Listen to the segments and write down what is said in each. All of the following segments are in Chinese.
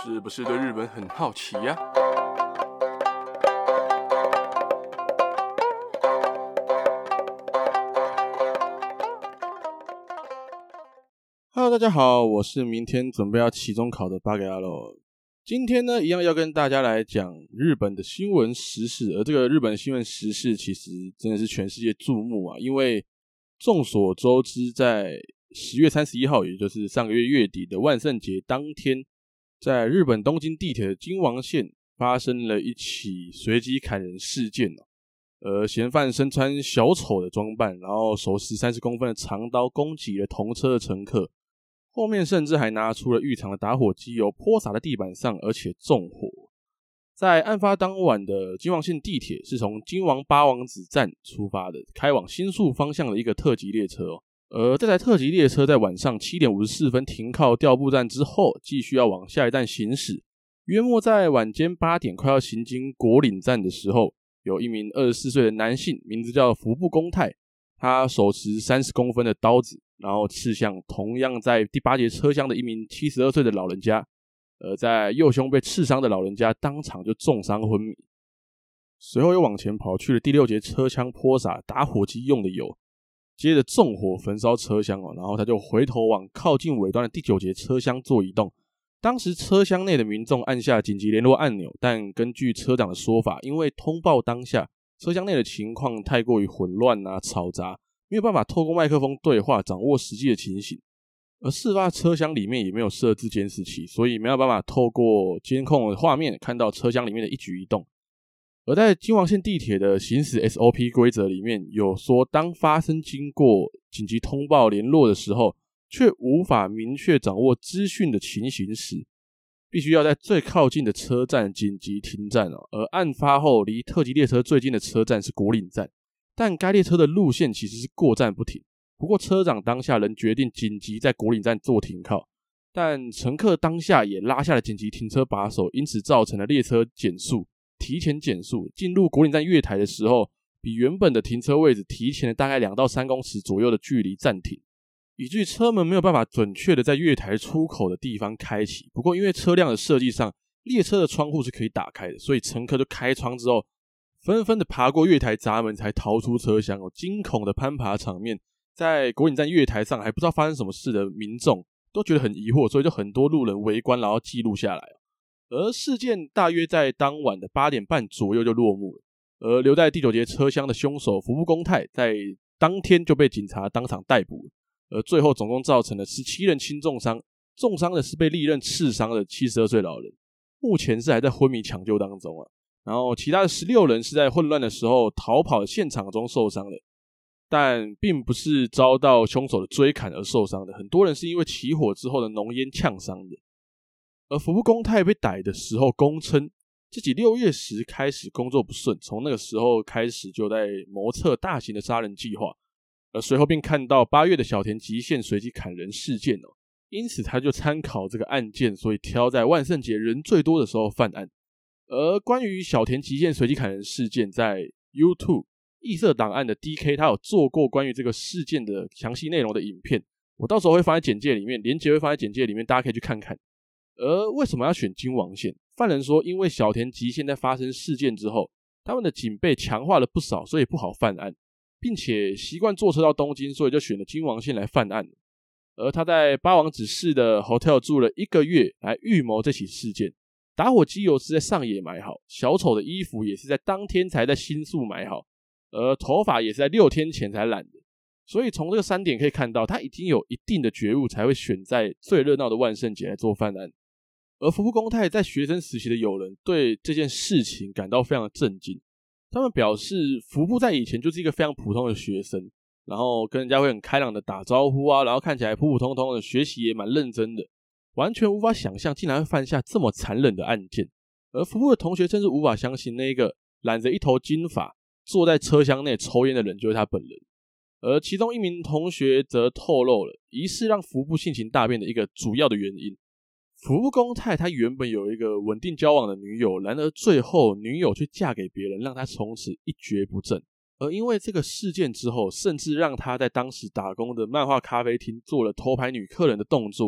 是不是对日本很好奇呀？Hello， 大家好，我是明天准备要期中考的巴给阿罗。今天呢，一样要跟大家来讲日本的新闻时事，而这个日本的新闻时事其实真的是全世界注目啊，因为众所周知，在10月31号，也就是上个月月底的万圣节当天，在日本东京地铁的京王线发生了一起随机砍人事件嫌犯身穿小丑的装扮，然后手持30公分的长刀攻击了同车的乘客，后面甚至还拿出了预藏的打火机油泼洒在地板上，而且纵火。在案发当晚的京王线地铁是从京王八王子站出发的，开往新宿方向的一个特急列车而这台特急列车在晚上7点54分停靠调布站之后，继续要往下一站行驶。约莫在晚间8点快要行经国岭站的时候，有一名24岁的男性，名字叫服部公泰，他手持30公分的刀子，然后刺向同样在第8节车厢的一名72岁的老人家，在右胸被刺伤的老人家当场就重伤昏迷。随后又往前跑去了第6节车厢泼洒打火机用的油，接着纵火焚烧车厢然后他就回头往靠近尾端的第9节车厢做移动。当时车厢内的民众按下紧急联络按钮，但根据车长的说法，因为通报当下车厢内的情况太过于混乱嘈杂，没有办法透过麦克风对话掌握实际的情形。而事发车厢里面也没有设置监视器，所以没有办法透过监控的画面看到车厢里面的一举一动。而在京王线地铁的行驶 SOP 规则里面有说，当发生经过紧急通报联络的时候，却无法明确掌握资讯的情形时，必须要在最靠近的车站紧急停站而案发后离特急列车最近的车站是国岭站，但该列车的路线其实是过站不停。不过车长当下仍决定紧急在国岭站做停靠，但乘客当下也拉下了紧急停车把手，因此造成了列车提前减速，进入国岭站月台的时候，比原本的停车位置提前了大概2到3公尺左右的距离暂停，以至于车门没有办法准确的在月台出口的地方开启。不过因为车辆的设计上，列车的窗户是可以打开的，所以乘客就开窗之后纷纷的爬过月台闸门才逃出车厢惊恐的攀爬场面，在国岭站月台上还不知道发生什么事的民众都觉得很疑惑，所以就很多路人围观，然后记录下来而事件大约在当晚的8点半左右就落幕了。而留在第9节车厢的凶手服部公泰在当天就被警察当场逮捕，而最后总共造成了17人轻重伤，重伤的是被利刃刺伤的72岁老人，目前是还在昏迷抢救当中然后其他的16人是在混乱的时候逃跑的现场中受伤的，但并不是遭到凶手的追砍而受伤的，很多人是因为起火之后的浓烟呛伤的。而服部公泰被逮的时候供称自己6月时开始工作不顺，从那个时候开始就在谋策大型的杀人计划，而随后便看到8月的小田急线随机砍人事件因此他就参考这个案件，所以挑在万圣节人最多的时候犯案。而关于小田急线随机砍人事件，在 YouTube 异色档案的 DK 他有做过关于这个事件的详细内容的影片，我到时候会放在简介里面，连结会放在简介里面，大家可以去看看。而为什么要选京王线？犯人说因为小田急线在发生事件之后，他们的警备强化了不少，所以不好犯案，并且习惯坐车到东京，所以就选了京王线来犯案。而他在八王子市的 hotel 住了1个月来预谋这起事件，打火机油是在上野买好，小丑的衣服也是在当天才在新宿买好，而头发也是在6天前才染的。所以从这个3点可以看到，他已经有一定的觉悟，才会选在最热闹的万圣节来做犯案。而服部公泰在学生时期的友人对这件事情感到非常的震惊，他们表示服部在以前就是一个非常普通的学生，然后跟人家会很开朗的打招呼然后看起来普普通通的，学习也蛮认真的，完全无法想象竟然会犯下这么残忍的案件。而服部的同学甚至无法相信那个染着一头金发坐在车厢内抽烟的人就是他本人。而其中一名同学则透露了疑似让服部性情大变的一个主要的原因。服部公泰他原本有一个稳定交往的女友，然而最后女友却嫁给别人，让他从此一蹶不振。而因为这个事件之后，甚至让他在当时打工的漫画咖啡厅做了偷拍女客人的动作，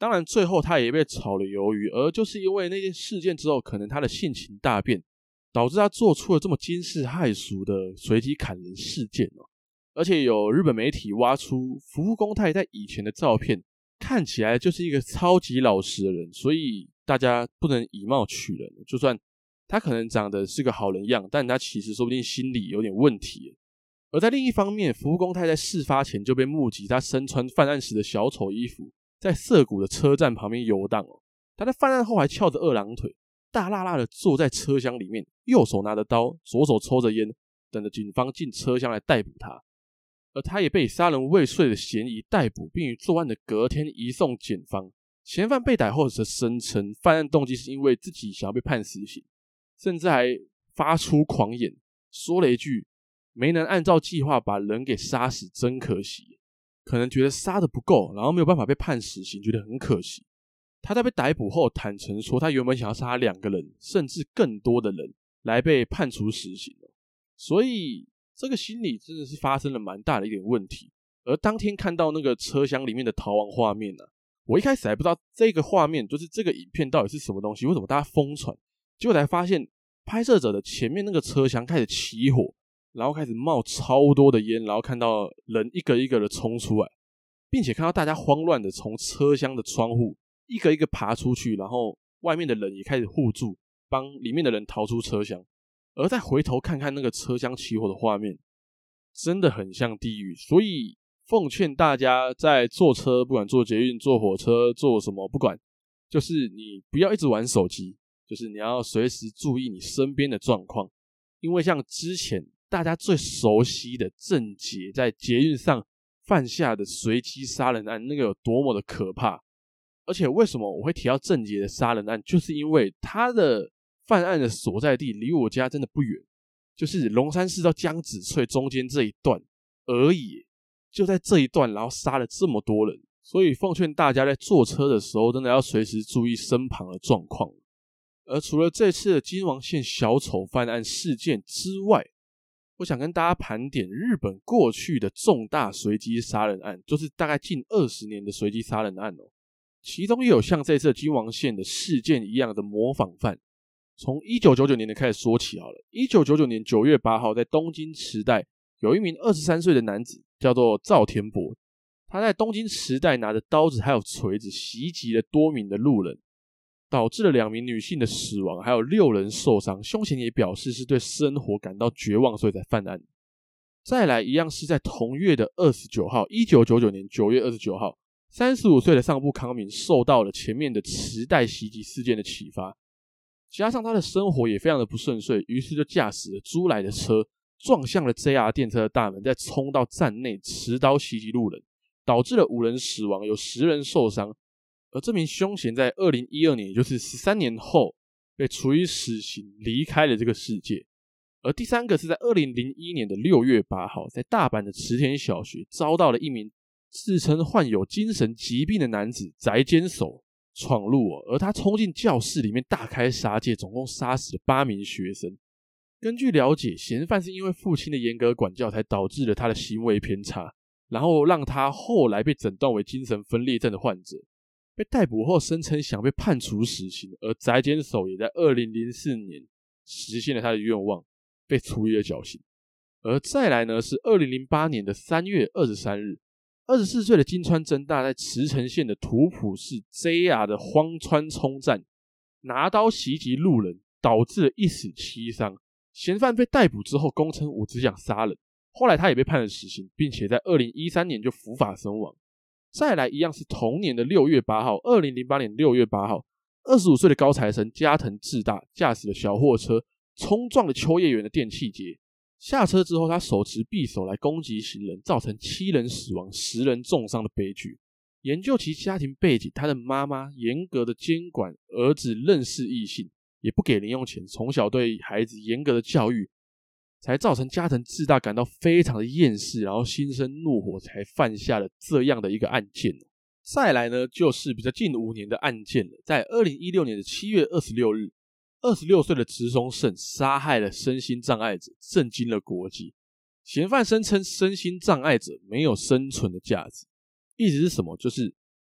当然最后他也被炒了鱿鱼，而就是因为那件事件之后，可能他的性情大变，导致他做出了这么惊世骇俗的随机砍人事件哦。而且有日本媒体挖出福部公太在以前的照片，看起来就是一个超级老实的人，所以大家不能以貌取人，就算他可能长得是个好人样，但他其实说不定心里有点问题。而在另一方面，福部公太在事发前就被目击他身穿犯案时的小丑衣服，在涩谷的车站旁边游荡哦。他在犯案后还翘着二郎腿，大剌剌的坐在车厢里面，右手拿着刀，左手抽着烟，等着警方进车厢来逮捕他。而他也被杀人未遂的嫌疑逮捕，并于作案的隔天移送检方。嫌犯被逮后则声称犯案动机是因为自己想要被判死刑，甚至还发出狂言，说了一句没能按照计划把人给杀死真可惜，可能觉得杀得不够，然后没有办法被判死刑，觉得很可惜。他在被逮捕后坦诚说，他原本想要杀2个人甚至更多的人来被判处死刑，所以这个心理真的是发生了蛮大的一点问题。而当天看到那个车厢里面的逃亡画面我一开始还不知道这个画面就是这个影片到底是什么东西，为什么大家疯传，结果才发现拍摄者的前面那个车厢开始起火，然后开始冒超多的烟，然后看到人一个一个的冲出来，并且看到大家慌乱的从车厢的窗户一个一个爬出去，然后外面的人也开始互助，帮里面的人逃出车厢。而再回头看看那个车厢起火的画面，真的很像地狱。所以奉劝大家在坐车，不管坐捷运、坐火车、坐什么，不管，就是你不要一直玩手机，就是你要随时注意你身边的状况。因为像之前大家最熟悉的郑捷在捷运上犯下的随机杀人案，那个有多么的可怕。而且为什么我会提到郑捷的杀人案，就是因为他的犯案的所在地离我家真的不远，就是龙山寺到江子翠中间这一段而已，就在这一段，然后杀了这么多人。所以奉劝大家在坐车的时候真的要随时注意身旁的状况。而除了这次的金王县小丑犯案事件之外，我想跟大家盘点日本过去的重大随机杀人案，就是大概近20年的随机杀人案其中也有像这次的金王县的事件一样的模仿犯。从1999年开始说起好了。1999年9月8号，在东京池袋有一名23岁的男子叫做赵田博，他在东京池袋拿着刀子还有锤子袭击了多名的路人，导致了2名女性的死亡，还有6人受伤。凶嫌也表示是对生活感到绝望，所以才犯案。再来一样是在同月的29号，1999年9月29号，35岁的上部康明受到了前面的池袋袭击事件的启发，加上他的生活也非常的不顺遂，于是就驾驶了租来的车撞向了 JR 电车的大门，再冲到站内持刀袭击路人，导致了5人死亡，有10人受伤。而这名凶嫌在2012年，也就是13年后被处以死刑，离开了这个世界。而第3个是在2001年的6月8号，在大阪的池田小学遭到了一名自称患有精神疾病的男子宅奸手闯入而他冲进教室里面大开杀戒，总共杀死了8名学生。根据了解，嫌犯是因为父亲的严格管教才导致了他的行为偏差，然后让他后来被诊断为精神分裂症的患者。被逮捕后声称想被判处死刑，而宅奸手也在2004年实现了他的愿望，被处以了绞刑。而再来呢，是2008年的3月23日，24岁的金川真大在茨城县的土浦市 JR 的荒川冲站拿刀袭击路人，导致了1死7伤。嫌犯被逮捕之后供称我只想杀人，后来他也被判了死刑，并且在2013年就伏法身亡。再来一样是同年的6月8号，2008年6月8号，25岁的高材生加藤智大驾驶了小货车冲撞了秋叶原的电器街，下车之后他手持匕首来攻击行人，造成7人死亡10人重伤的悲剧。研究其家庭背景，他的妈妈严格的监管儿子认识异性，也不给零用钱，从小对孩子严格的教育，才造成加藤智大感到非常的厌世，然后心生怒火，才犯下了这样的一个案件。再来呢，就是比较近5年的案件了。在2016年的7月26日，26岁的直松胜杀害了身心障碍者，震惊了国际。嫌犯声称身心障碍者没有生存的价值，意思是什么？就是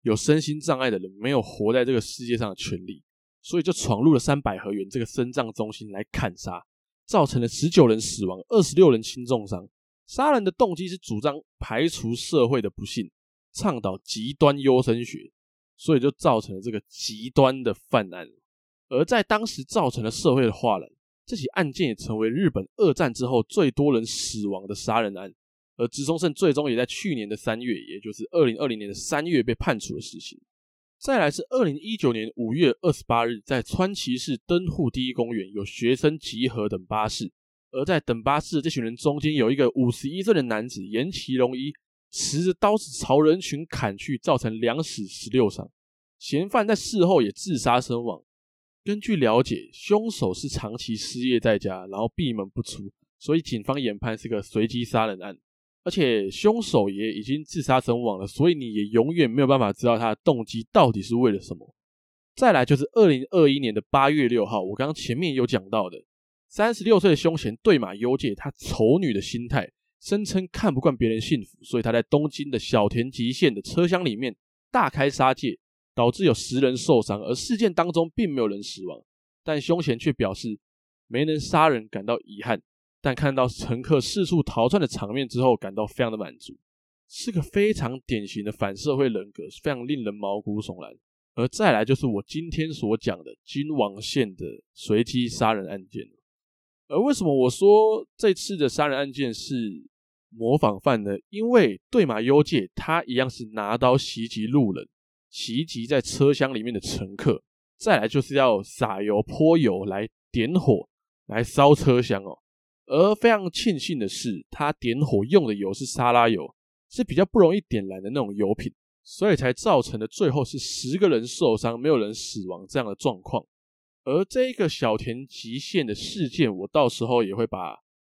有身心障碍的人没有活在这个世界上的权利，所以就闯入了300河原这个身障中心来砍杀，造成了19人死亡，26人轻重伤。杀人的动机是主张排除社会的不幸，倡导极端优生学，所以就造成了这个极端的犯案。而在当时造成了社会的哗然，这起案件也成为日本2战之后最多人死亡的杀人案。而植松胜最终也在去年的3月，也就是2020年的3月被判处了死刑。再来是2019年5月28日，在川崎市登户第一公园有学生集合等巴士，而在等巴士的这群人中间有一个51岁的男子岩崎荣一，持着刀子朝人群砍去，造成2死16伤。嫌犯在事后也自杀身亡。根据了解，凶手是长期失业在家，然后闭门不出，所以警方研判是个随机杀人案。而且凶手也已经自杀身亡了，所以你也永远没有办法知道他的动机到底是为了什么。再来就是2021年的8月6号，我刚刚前面有讲到的36岁的凶嫌对马优介，他丑女的心态，声称看不惯别人幸福，所以他在东京的小田急线的车厢里面大开杀戒，导致有10人受伤，而事件当中并没有人死亡。但凶嫌却表示没能杀人感到遗憾，但看到乘客四处逃窜的场面之后感到非常的满足，是个非常典型的反社会人格，非常令人毛骨悚然。而再来就是我今天所讲的金王县的随机杀人案件。而为什么我说这次的杀人案件是模仿犯呢？因为对马优介他一样是拿刀袭击路人，袭击在车厢里面的乘客，再来就是要撒油泼油来点火来烧车厢哦。而非常庆幸的是，他点火用的油是沙拉油，是比较不容易点燃的那种油品，所以才造成了最后是10个人受伤，没有人死亡这样的状况。而这个小田急线的事件，我到时候也会把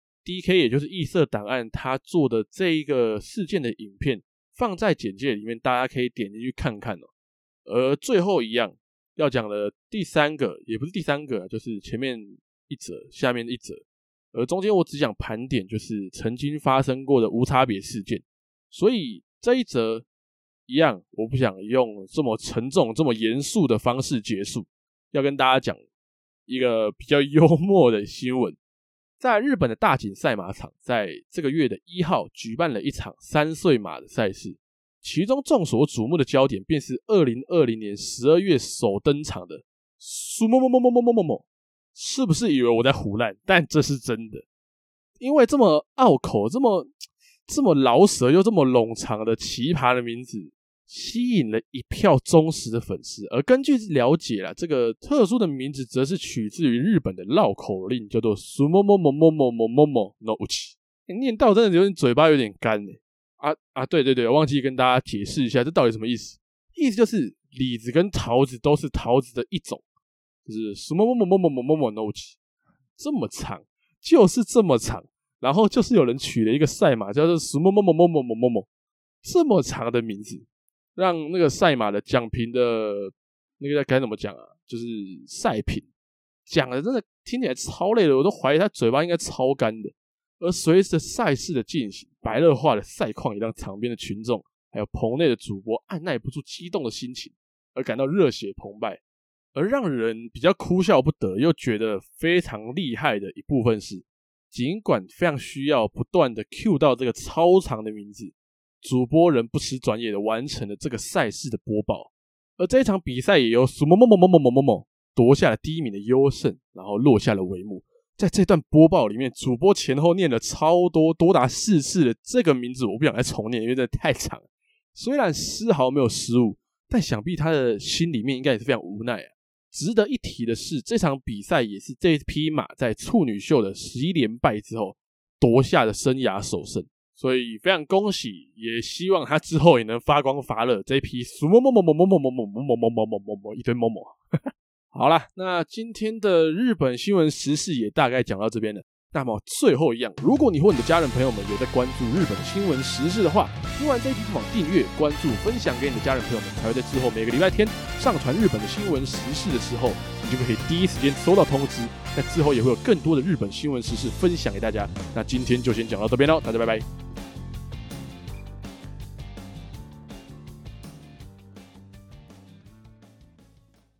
DK 也就是异色档案他做的这一个事件的影片放在简介里面，大家可以点进去看看哦。而最后一样要讲的第3个，也不是第3个，就是前面一则下面一则，而中间我只讲盘点，就是曾经发生过的无差别事件。所以这一则一样，我不想用这么沉重这么严肃的方式结束，要跟大家讲一个比较幽默的新闻。在日本的大井赛马场，在这个月的1号举办了一场3岁马的赛事，其中众所瞩目的焦点便是2020年12月首登场的苏某某某某某某某某。是不是以为我在胡乱？但这是真的，因为这么拗口、这么老舍又这么冗长的奇葩的名字，吸引了一票忠实的粉丝。而根据了解啦，这个特殊的名字则是取自于日本的绕口令，叫做 Sumomomomomomomomo no uchi。念到真的有点嘴巴有点干耶。对，忘记跟大家解释一下，这到底什么意思？意思就是李子跟桃子都是桃子的一种。就是什么某某某某某某某 no 这么长，就是这么长，然后就是有人取了一个赛马叫做什么某某某某某某某这么长的名字，让那个赛马的讲评的那个该怎么讲啊？就是赛评讲的真的听起来超累的，我都怀疑他嘴巴应该超干的。而随着赛事的进行，白热化的赛况也让场边的群众还有棚内的主播按耐不住激动的心情，而感到热血澎湃。而让人比较哭笑不得又觉得非常厉害的一部分是，尽管非常需要不断的 cue 到这个超长的名字，主播人不失专业的完成了这个赛事的播报。而这一场比赛也由苏某某某某某某某夺下了第1名的优胜，然后落下了帷幕。在这段播报里面，主播前后念了超多达4次的这个名字，我不想再重念，因为真的太长了。虽然丝毫没有失误，但想必他的心里面应该也是非常无奈啊。值得一提的是，这场比赛也是这匹马在处女秀的11连败之后夺下的生涯首胜，所以非常恭喜，也希望他之后也能发光发热。这一匹苏某某某某某某某某某某某某某某一堆某某。好啦，那今天的日本新闻时事也大概讲到这边了。那么最后一样，如果你或你的家人朋友们有在关注日本新闻时事的话，听完这一集不妨订阅、关注、分享给你的家人朋友们，才会在之后每个礼拜天上传日本的新闻时事的时候，你就可以第一时间收到通知。那之后也会有更多的日本新闻时事分享给大家。那今天就先讲到这边咯，大家拜拜。